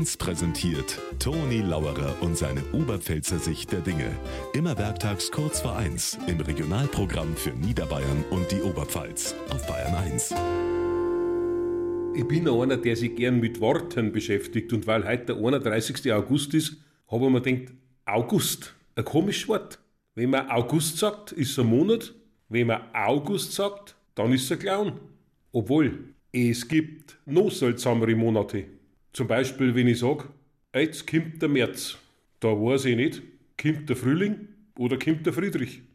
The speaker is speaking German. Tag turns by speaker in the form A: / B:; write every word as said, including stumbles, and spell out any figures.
A: eins präsentiert Toni Lauerer und seine Oberpfälzer Sicht der Dinge. Immer werktags kurz vor eins im Regionalprogramm für Niederbayern und die Oberpfalz auf Bayern eins.
B: Ich bin einer, der sich gern mit Worten beschäftigt, und weil heute der einunddreißigste August ist, habe ich mir gedacht, August, ein komisches Wort. Wenn man August sagt, ist es ein Monat. Wenn man August sagt, dann ist es ein Clown. Obwohl, es gibt noch seltsamere Monate. Zum Beispiel, wenn ich sage, jetzt kommt der März. Da weiß ich nicht, kommt der Frühling oder kommt der Friedrich.